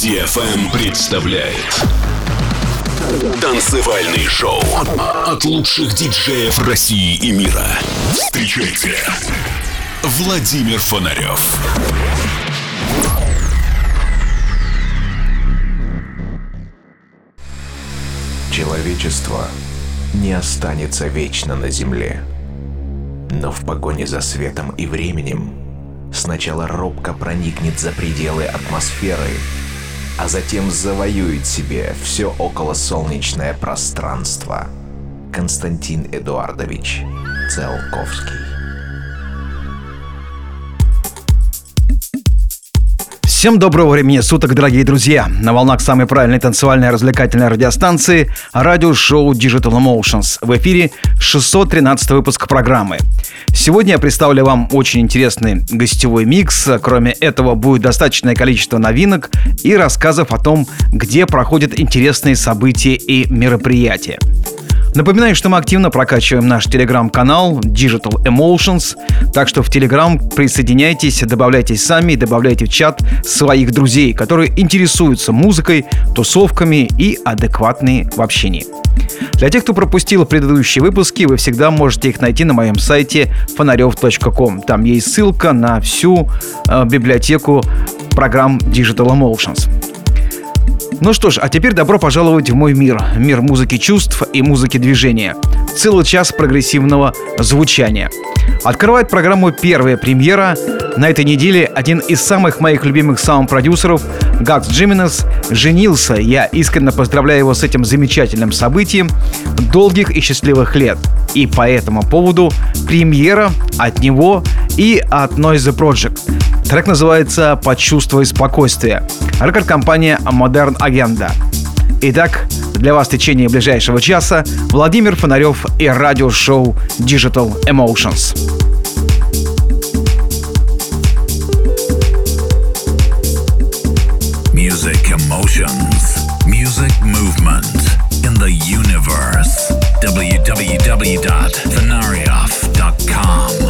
DFM представляет танцевальный шоу от лучших диджеев России и мира. Встречайте, Владимир Фонарев. Человечество не останется вечно на Земле. Но в погоне за светом и временем сначала робко проникнет за пределы атмосферы, а затем завоюет себе все околосолнечное пространство. Константин Эдуардович Циолковский. Всем доброго времени суток, дорогие друзья! На волнах самой правильной танцевальной развлекательной радиостанции радиошоу Digital Emotions. В эфире 613 выпуск программы. Сегодня я представлю вам очень интересный гостевой микс. Кроме этого, будет достаточное количество новинок и рассказов о том, где проходят интересные события и мероприятия. Напоминаю, что мы активно прокачиваем наш телеграм-канал Digital Emotions, так что в телеграм присоединяйтесь, добавляйтесь сами, добавляйте в чат своих друзей, которые интересуются музыкой, тусовками и адекватные в общении. Для тех, кто пропустил предыдущие выпуски, вы всегда можете их найти на моем сайте fonarev.com. Там есть ссылка на всю библиотеку программ Digital Emotions. Ну что ж, а теперь добро пожаловать в мой мир. Мир музыки чувств и музыки движения. Целый час прогрессивного звучания. Открывает программу первая премьера. На этой неделе один из самых моих любимых саунд-продюсеров, Гакс Джиминес, женился. Я искренне поздравляю его с этим замечательным событием. Долгих и счастливых лет. И по этому поводу премьера от него и от Noise Project. Трек называется «Почувствуй спокойствие». Рекорд-компания Modern Agenda. Итак, для вас в течение ближайшего часа Владимир Фонарев и радиошоу Digital Emotions. Music emotions, music movement in the universe. www.fonarev.com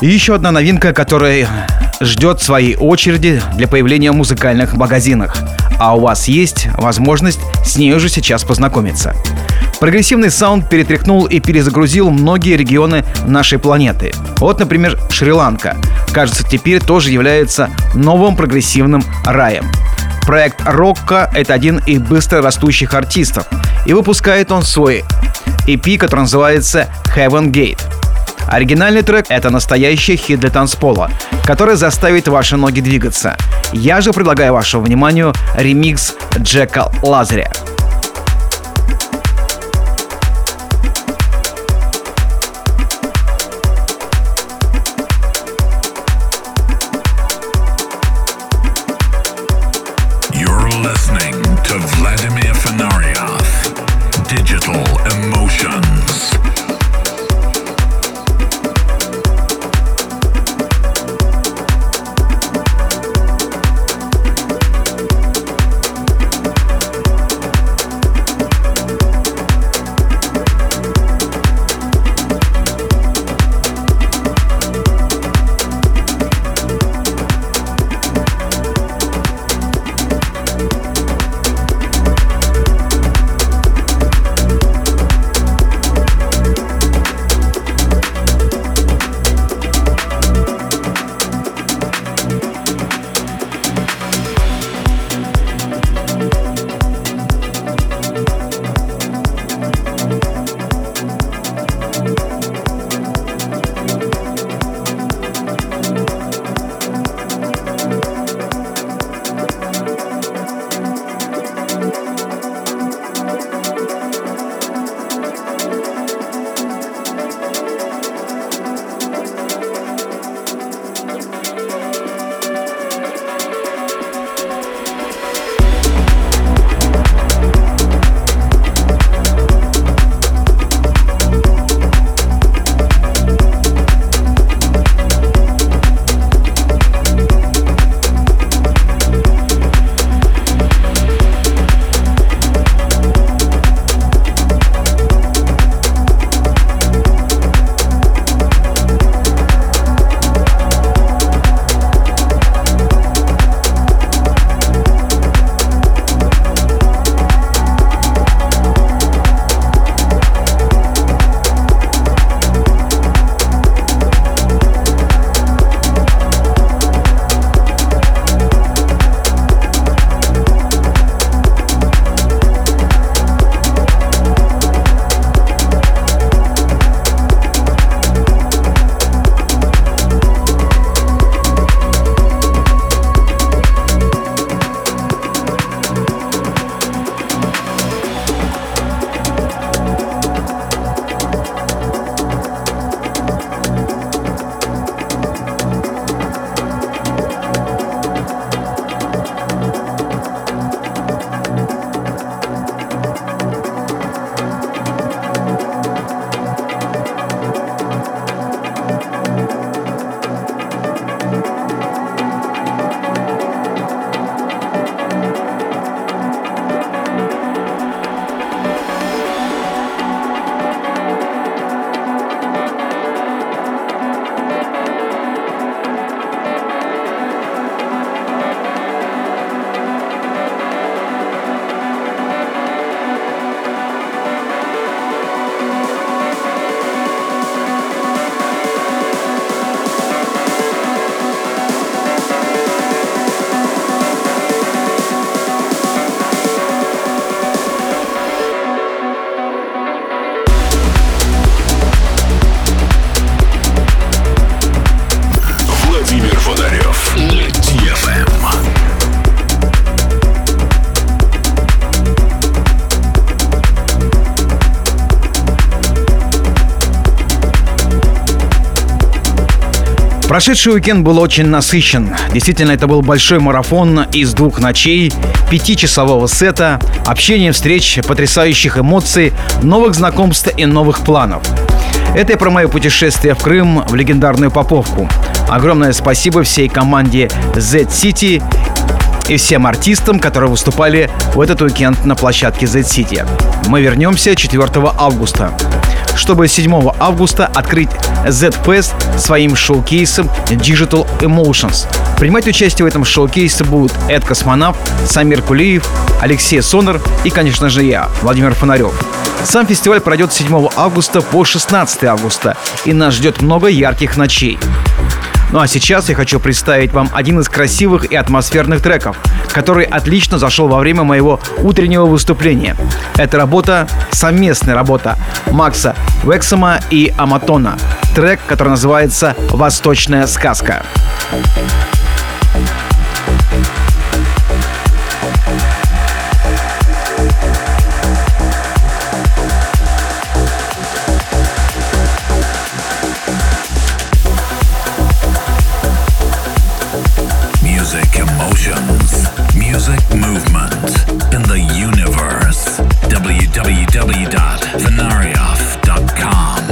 И еще одна новинка, которая ждет своей очереди для появления в музыкальных магазинах. А у вас есть возможность с ней уже сейчас познакомиться. Прогрессивный саунд перетряхнул и перезагрузил многие регионы нашей планеты. Вот, например, Шри-Ланка. Кажется, теперь тоже является новым прогрессивным раем. Проект Рокко — это один из быстро растущих артистов. И выпускает он свой EP, который называется Heaven Gate. Оригинальный трек — это настоящий хит для танцпола, который заставит ваши ноги двигаться. Я же предлагаю вашему вниманию ремикс Джека Лазаря. Digital Emotions. Прошедший уикенд был очень насыщен. Действительно, это был большой марафон из 2 ночей, 5-часового сета, общения, встреч, потрясающих эмоций, новых знакомств и новых планов. Это и про мое путешествие в Крым, в легендарную Поповку. Огромное спасибо всей команде Z-City и всем артистам, которые выступали в этот уикенд на площадке Z-City. Мы вернемся 4 августа. чтобы 7 августа открыть Z-Fest своим шоу-кейсом Digital Emotions. Принимать участие в этом шоу-кейсе будут Эд Космонавт, Самир Кулиев, Алексей Сонар и, конечно же, я, Владимир Фонарев. Сам фестиваль пройдет с 7 августа по 16 августа, и нас ждет много ярких ночей. Ну а сейчас я хочу представить вам один из красивых и атмосферных треков, который отлично зашел во время моего утреннего выступления. Это совместная работа Макса Вексома и Аматона. Трек, который называется «Восточная сказка». Music emotions, music movement in the universe. www.venarioff.com.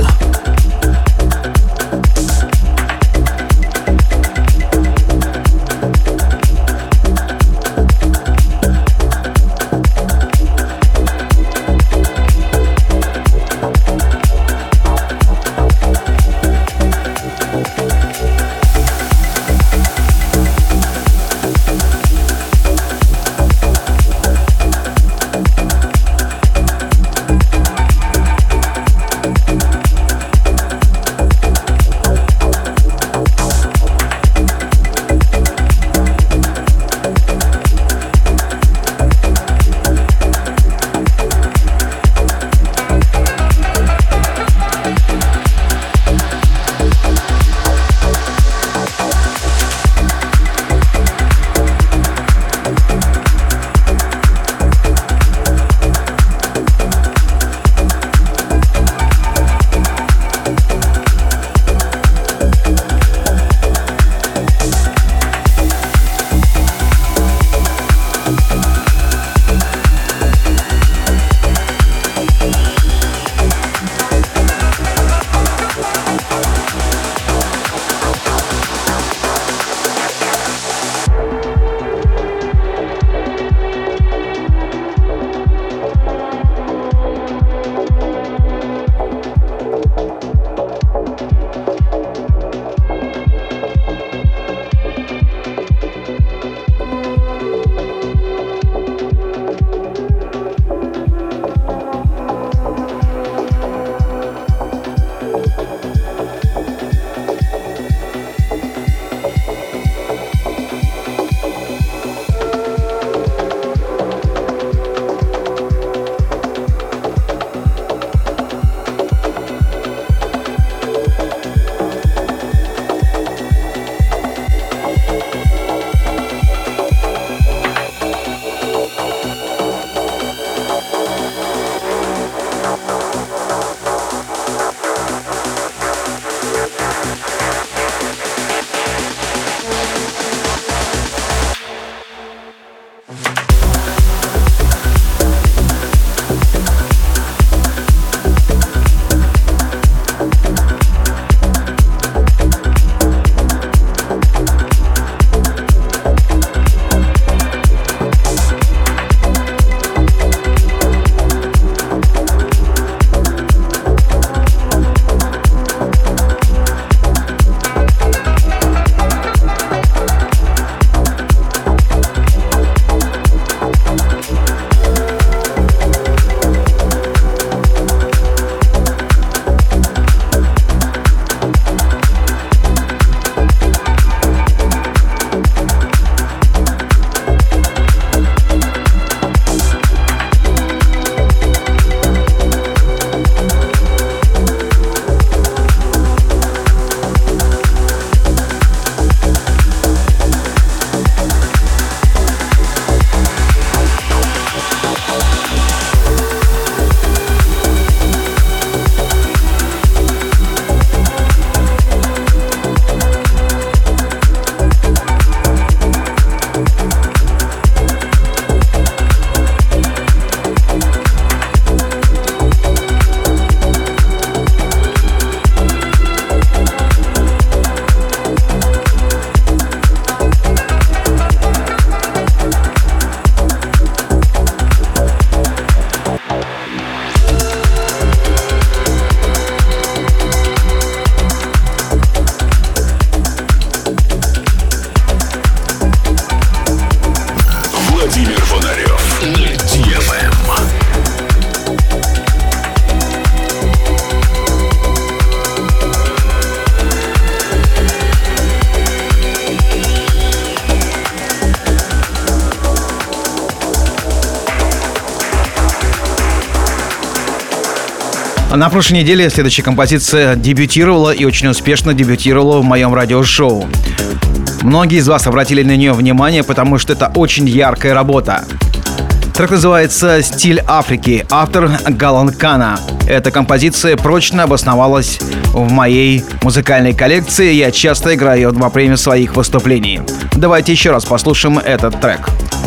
На прошлой неделе следующая композиция дебютировала и очень успешно дебютировала в моем радиошоу. Многие из вас обратили на нее внимание, потому что это очень яркая работа. Трек называется «Стиль Африки», автор Галан Кана. Эта композиция прочно обосновалась в моей музыкальной коллекции, я часто играю ее во время своих выступлений. Давайте еще раз послушаем этот трек.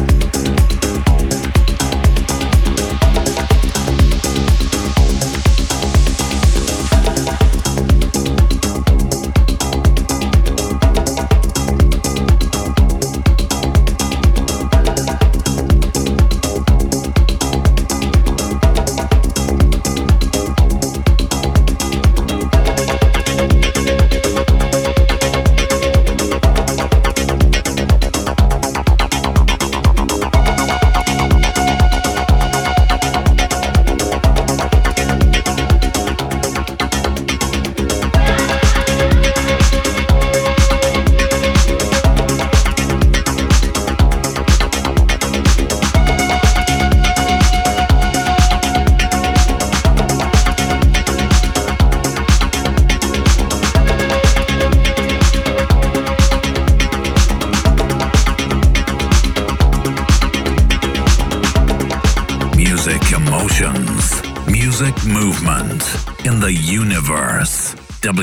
Music movement in the universe.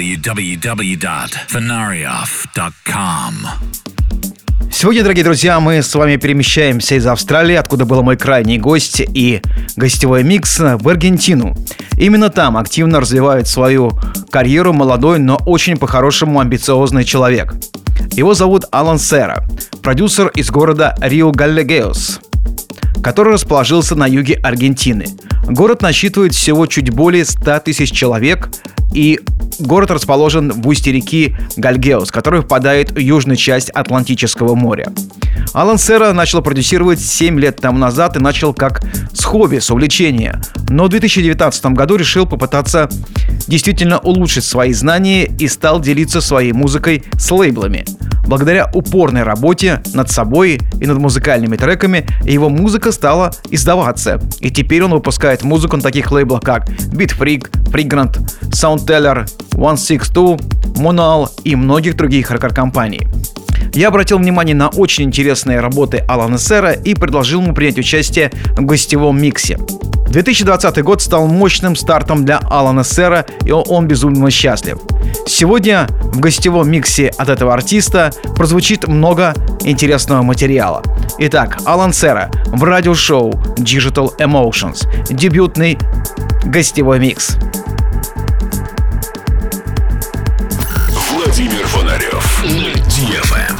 www.fenarioff.com. Сегодня, дорогие друзья, мы с вами перемещаемся из Австралии, откуда был мой крайний гость и гостевой микс, в Аргентину. Именно там активно развивает свою карьеру молодой, но очень по-хорошему амбициозный человек. Его зовут Алан Сера, продюсер из города Риу-Галлегос, который расположился на юге Аргентины. Город насчитывает всего чуть более 100 тысяч человек, и город расположен в устье реки Гальгеос, которая впадает в южную часть Атлантического моря. Алан Сера начал продюсировать 7 лет тому назад и начал как с хобби, с увлечения. Но в 2019 году решил попытаться действительно улучшить свои знания и стал делиться своей музыкой с лейблами. Благодаря упорной работе над собой и над музыкальными треками его музыка стала издаваться. И теперь он выпускает музыку на таких лейблах, как Beat Freak, Fragrant, Soundteller, 162, Monal и многих других рекорд-компаний. Я обратил внимание на очень интересные работы Алана Сера и предложил ему принять участие в гостевом миксе. 2020 год стал мощным стартом для Алана Сера, и он безумно счастлив. Сегодня в гостевом миксе от этого артиста прозвучит много интересного материала. Итак, Алан Сера в радиошоу Digital Emotions. Дебютный гостевой микс. Владимир Фонарев на DFM.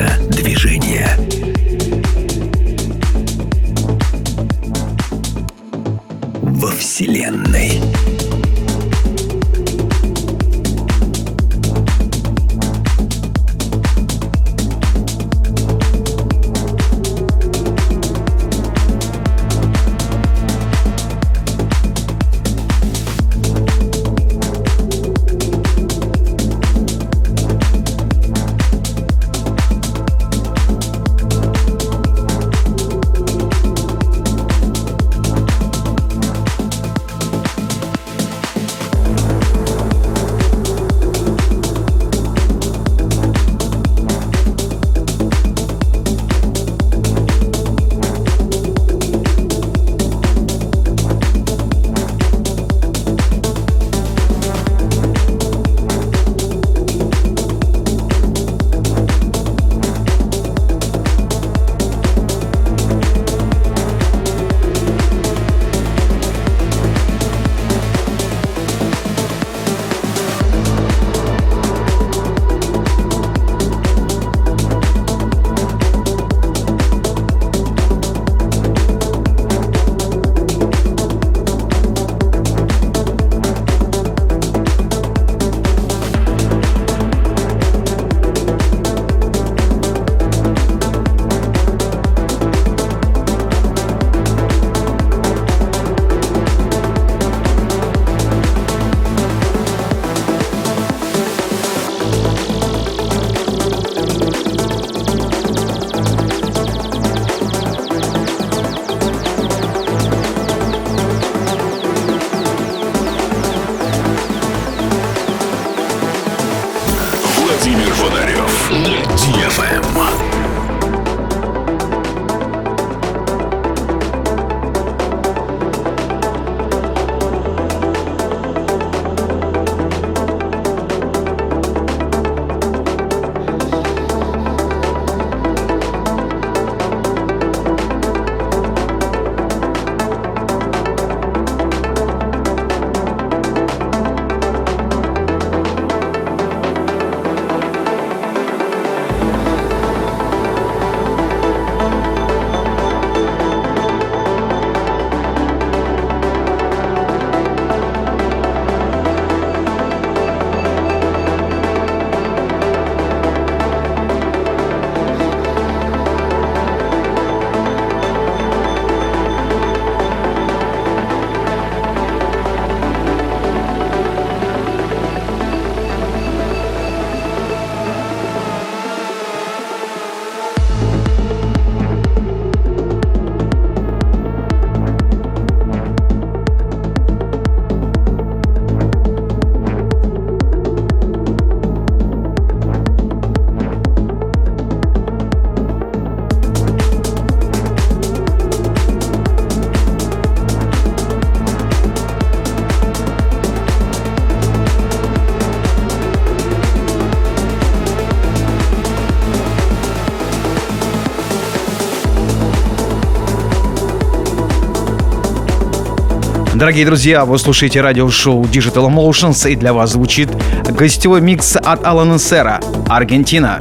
Точка движения. Во Вселенной. Владимир Фонарев на DFM. Дорогие друзья, вы слушаете радиошоу Digital Emotions, и для вас звучит гостевой микс от Алана Сера, Аргентина.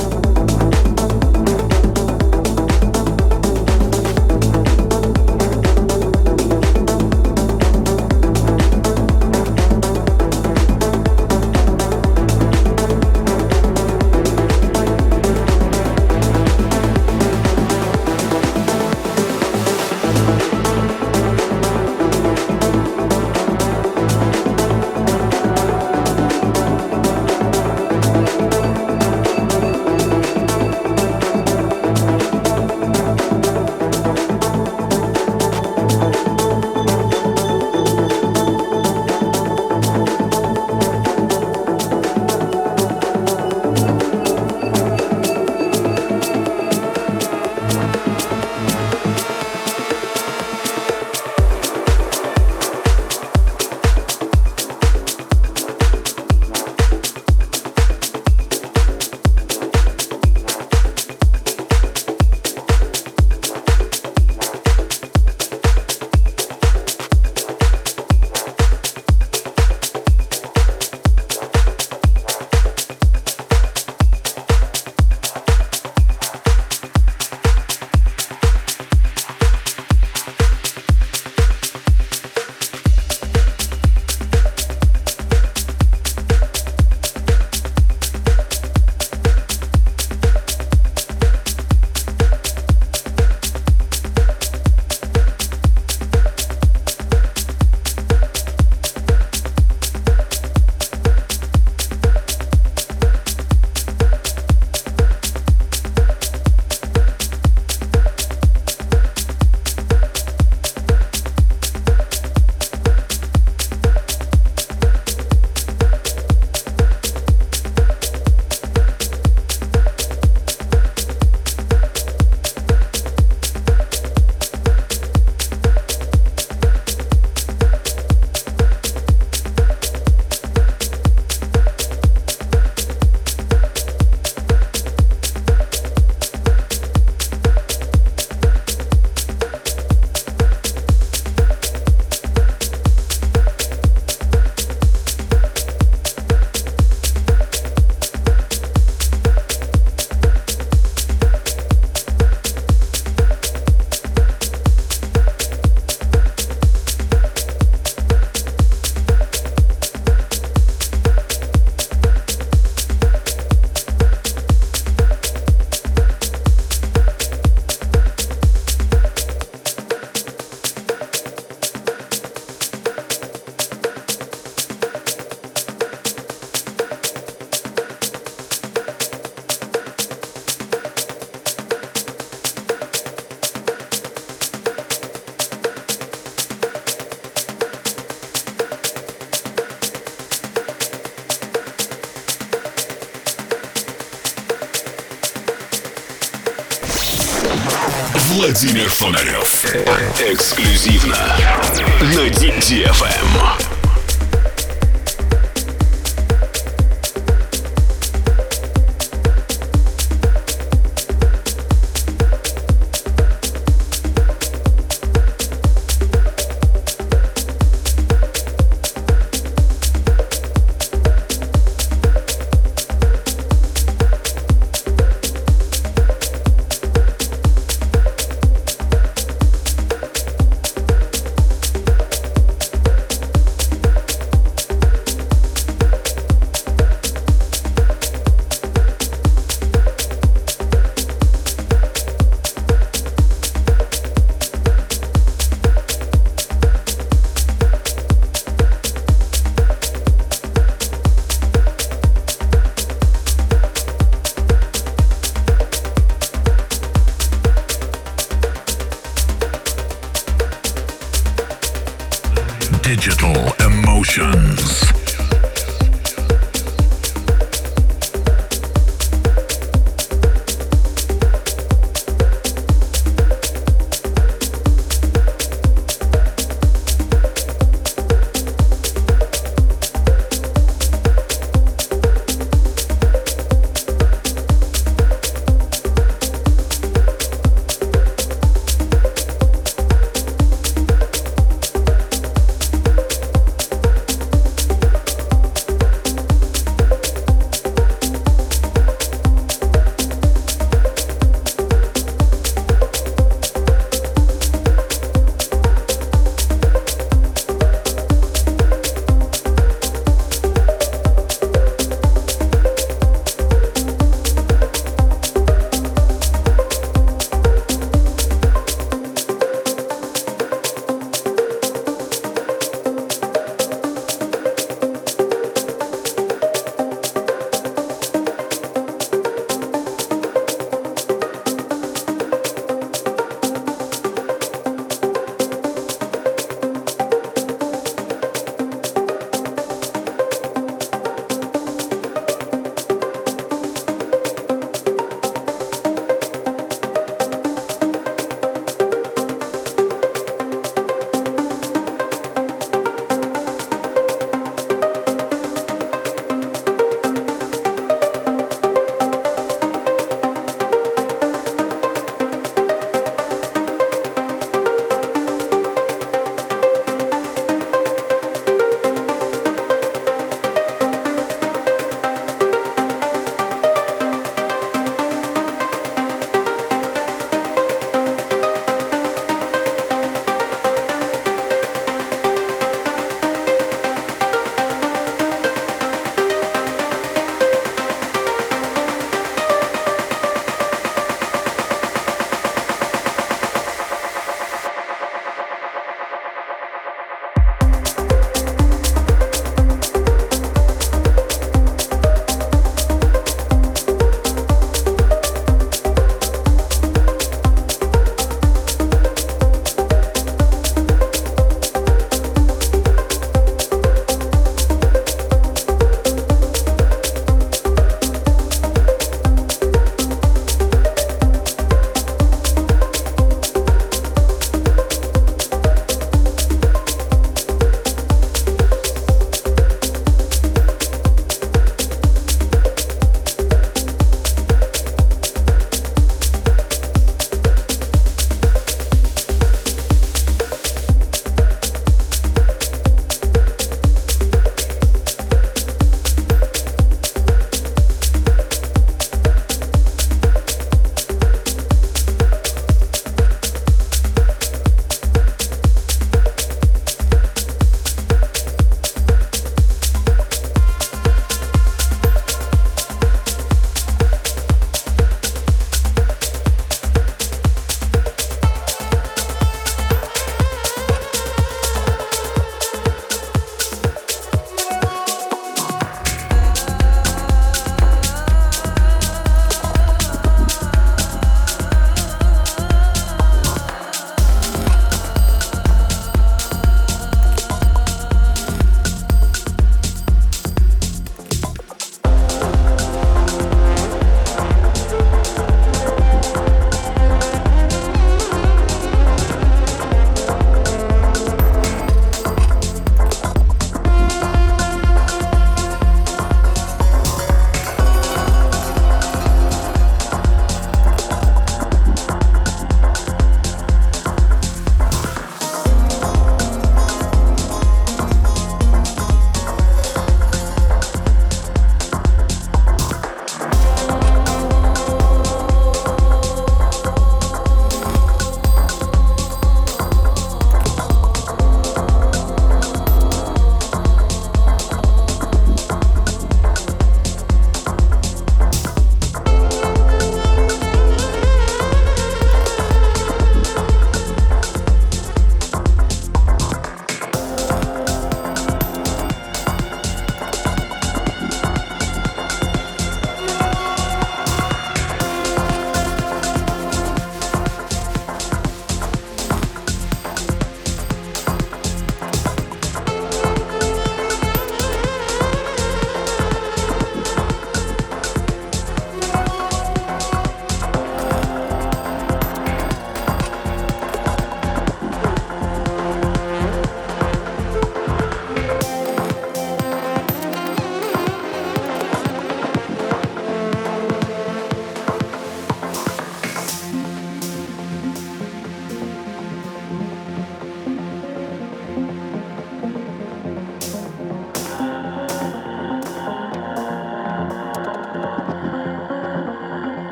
Владимир Фонарев. Эксклюзивно на DFM. Digital Emotions.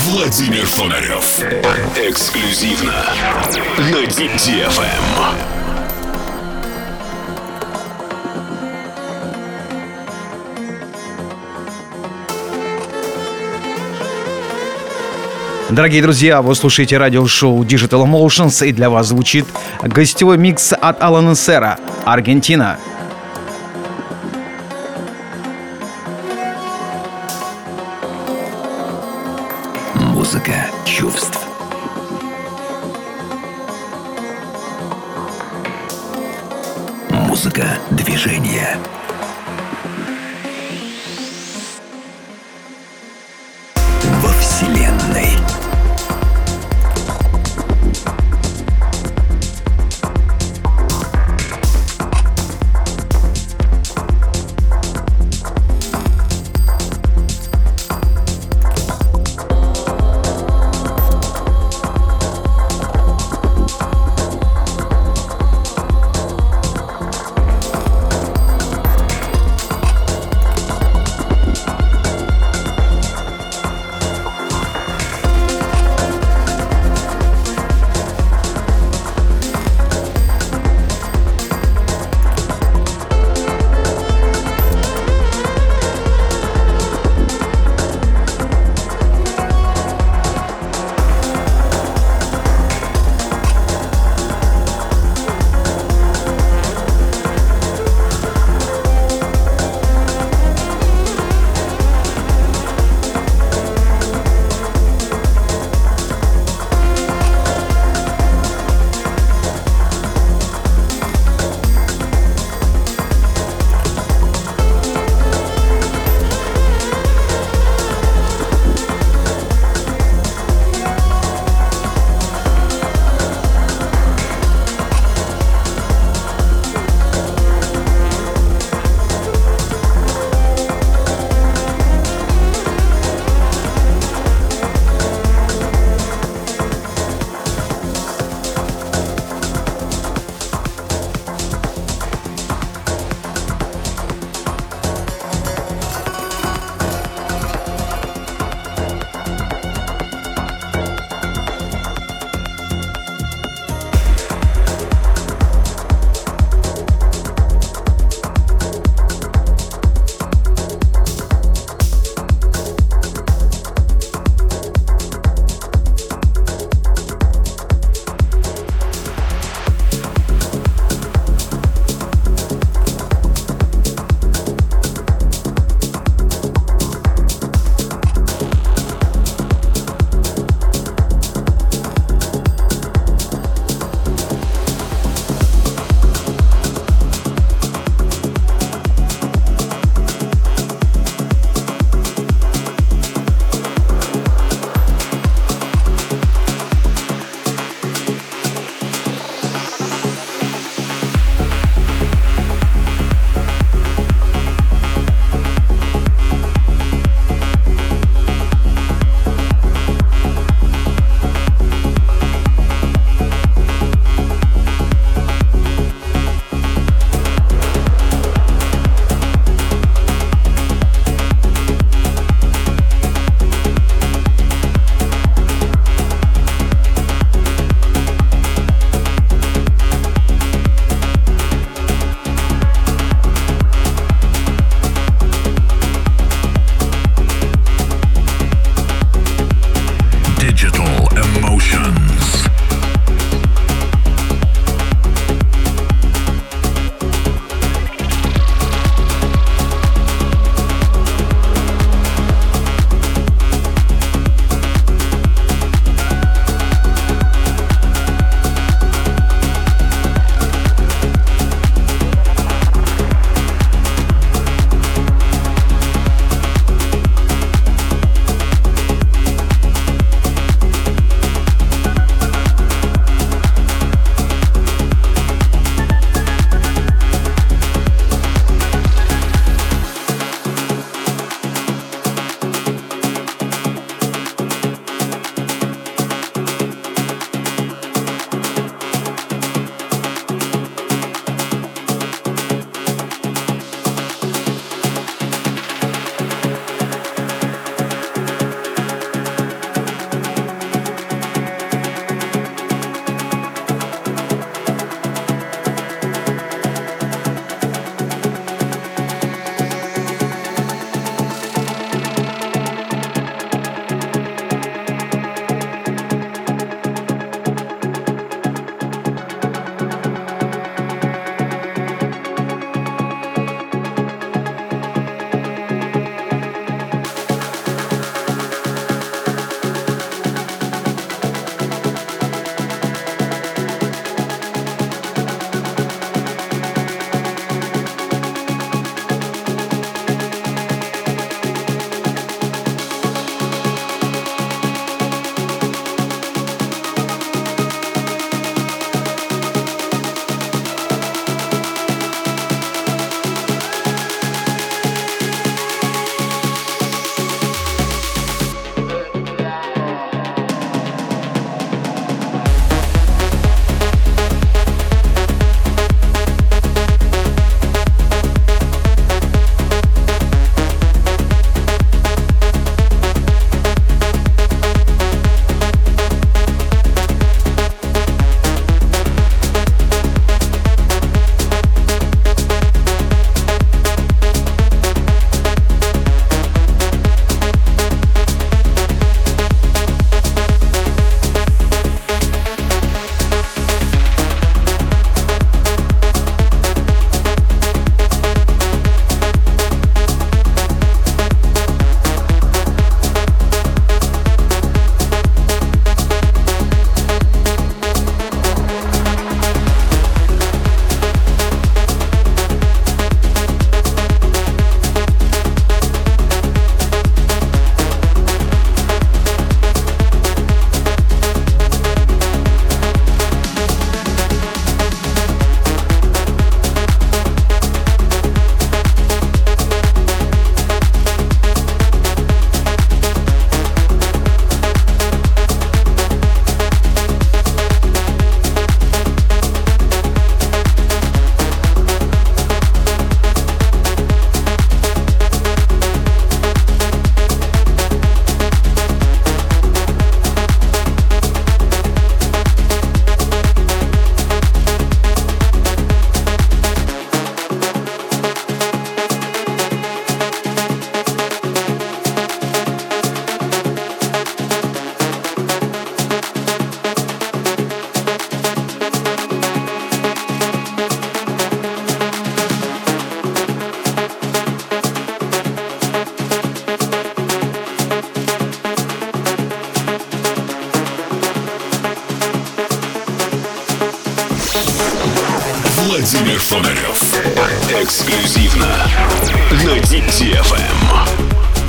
Владимир Фонарев. Эксклюзивно на DFM. Дорогие друзья, вы слушаете радиошоу Digital Emotions, и для вас звучит гостевой микс от Алана Сера, Аргентина. Музыка чувств. Музыка движения. Во Вселенной. Эксклюзивно на DFM.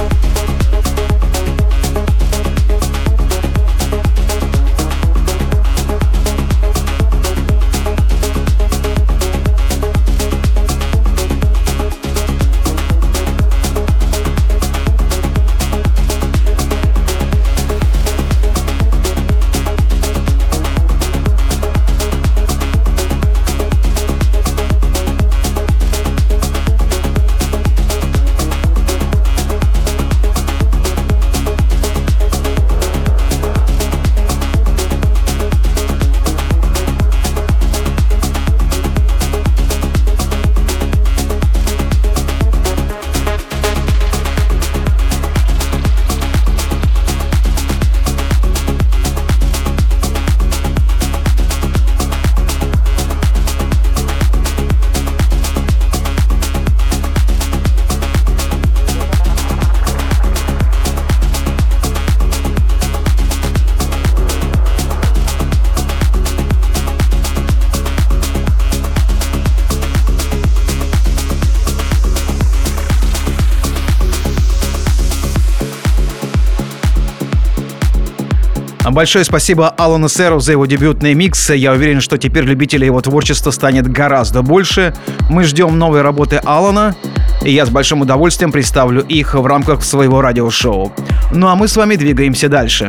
Большое спасибо Алану Сэру за его дебютный микс. Я уверен, что теперь любителей его творчества станет гораздо больше. Мы ждем новой работы Алана, и я с большим удовольствием представлю их в рамках своего радиошоу. Ну а мы с вами двигаемся дальше.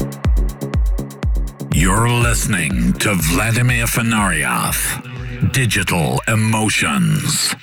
You're listening to Vladimir Fenarioff, Digital Emotions.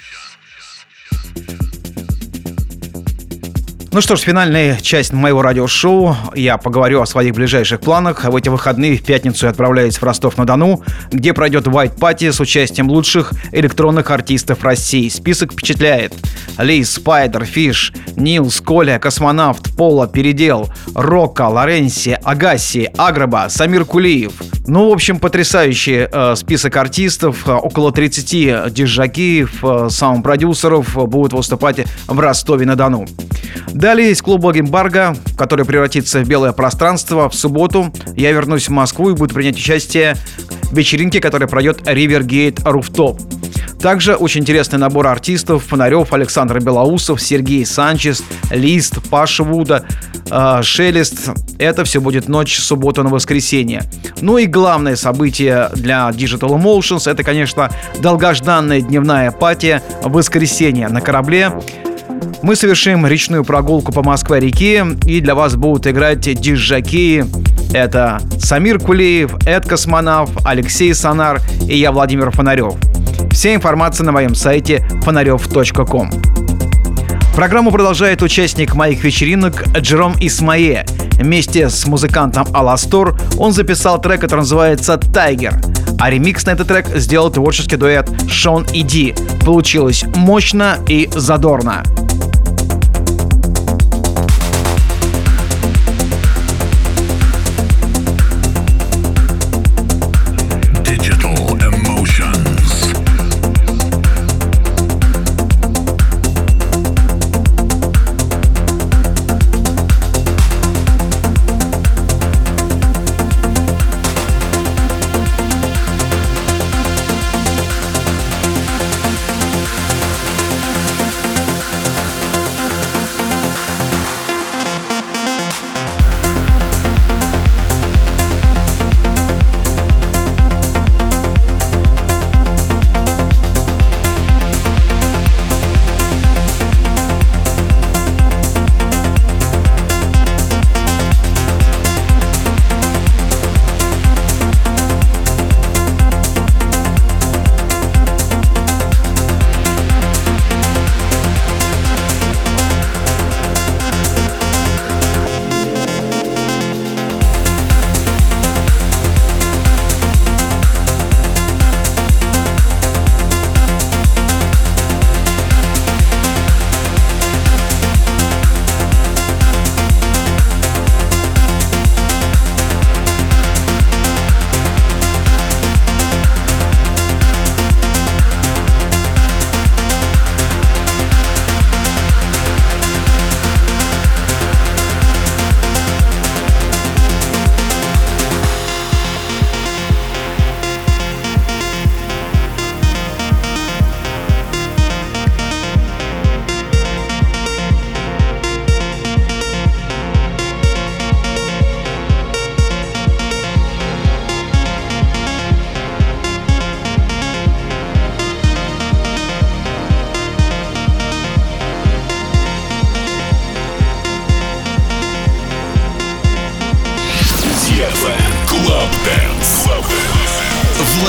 Ну что ж, финальная часть моего радиошоу. Я поговорю о своих ближайших планах. В эти выходные в пятницу я отправляюсь в Ростов-на-Дону, где пройдет White Party с участием лучших электронных артистов России. Список впечатляет. Лиз, Спайдер, Фиш, Нилс, Коля, Космонавт, Пола, Передел, Рока, Лоренси, Агаси, Агроба, Самир Кулиев. Ну, в общем, потрясающий список артистов. Около 30 диджакиев, саунд-продюсеров будут выступать в Ростове-на-Дону. Далее есть клуб «Эмбарго», который превратится в белое пространство. В субботу я вернусь в Москву и буду принять участие в вечеринке, которая пройдет Ривергейт Руфтоп. Также очень интересный набор артистов: Фонарев, Александр Белоусов, Сергей Санчес, Лист, Паша Вуда, Шелест. Это все будет ночь с субботы на воскресенье. Ну и главное событие для Digital Emotions — это, конечно, долгожданная дневная пати в воскресенье на корабле. Мы совершим речную прогулку по Москве-реке, и для вас будут играть диджаки. Это Самир Кулиев, Эд Космонавт, Алексей Сонар и я, Владимир Фонарев. Вся информация на моем сайте fonarev.com. Программу продолжает участник моих вечеринок Джером Исмае. Вместе с музыкантом Аластор он записал трек, который называется «Тайгер». А ремикс на этот трек сделал творческий дуэт Шон и Ди. Получилось мощно и задорно.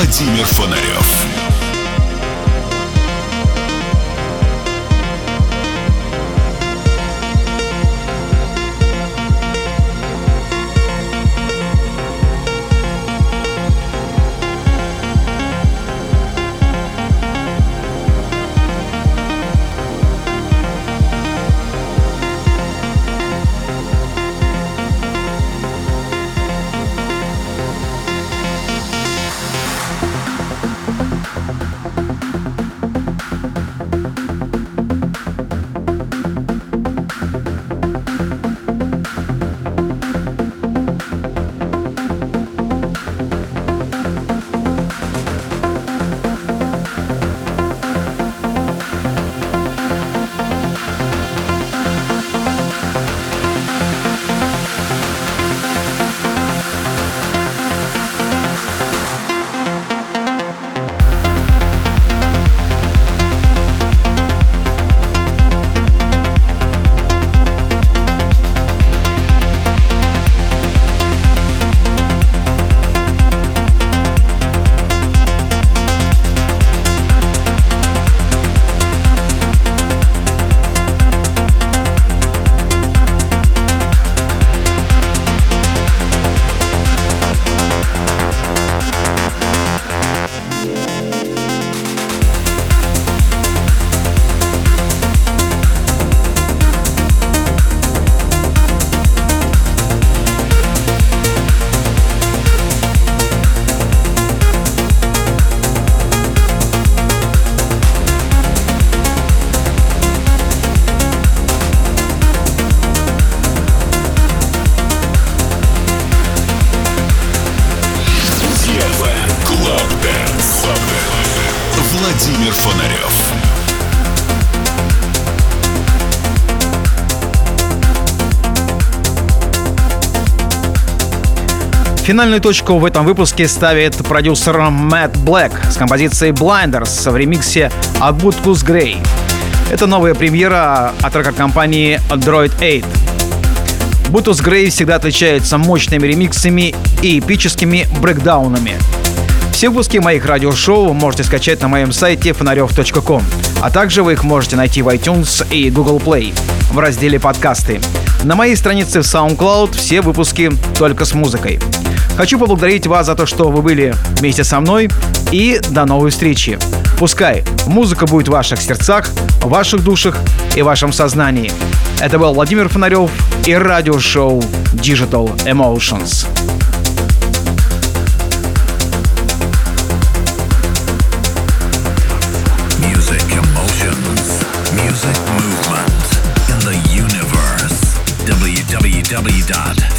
Владимир Фонарев. Владимир Фонарев. Финальную точку в этом выпуске ставит продюсер Matt Black с композицией Blinders в ремиксе Abutkus Grey. Это новая премьера от рекорд-компании Droid 8. Abutkus Grey всегда отличается мощными ремиксами и эпическими брейкдаунами. Все выпуски моих радиошоу вы можете скачать на моем сайте fonarev.com, а также вы их можете найти в iTunes и Google Play в разделе «Подкасты». На моей странице в SoundCloud все выпуски только с музыкой. Хочу поблагодарить вас за то, что вы были вместе со мной, и до новой встречи. Пускай музыка будет в ваших сердцах, в ваших душах и в вашем сознании. Это был Владимир Фонарев и радиошоу Digital Emotions. Music emotions, music movement in the universe. www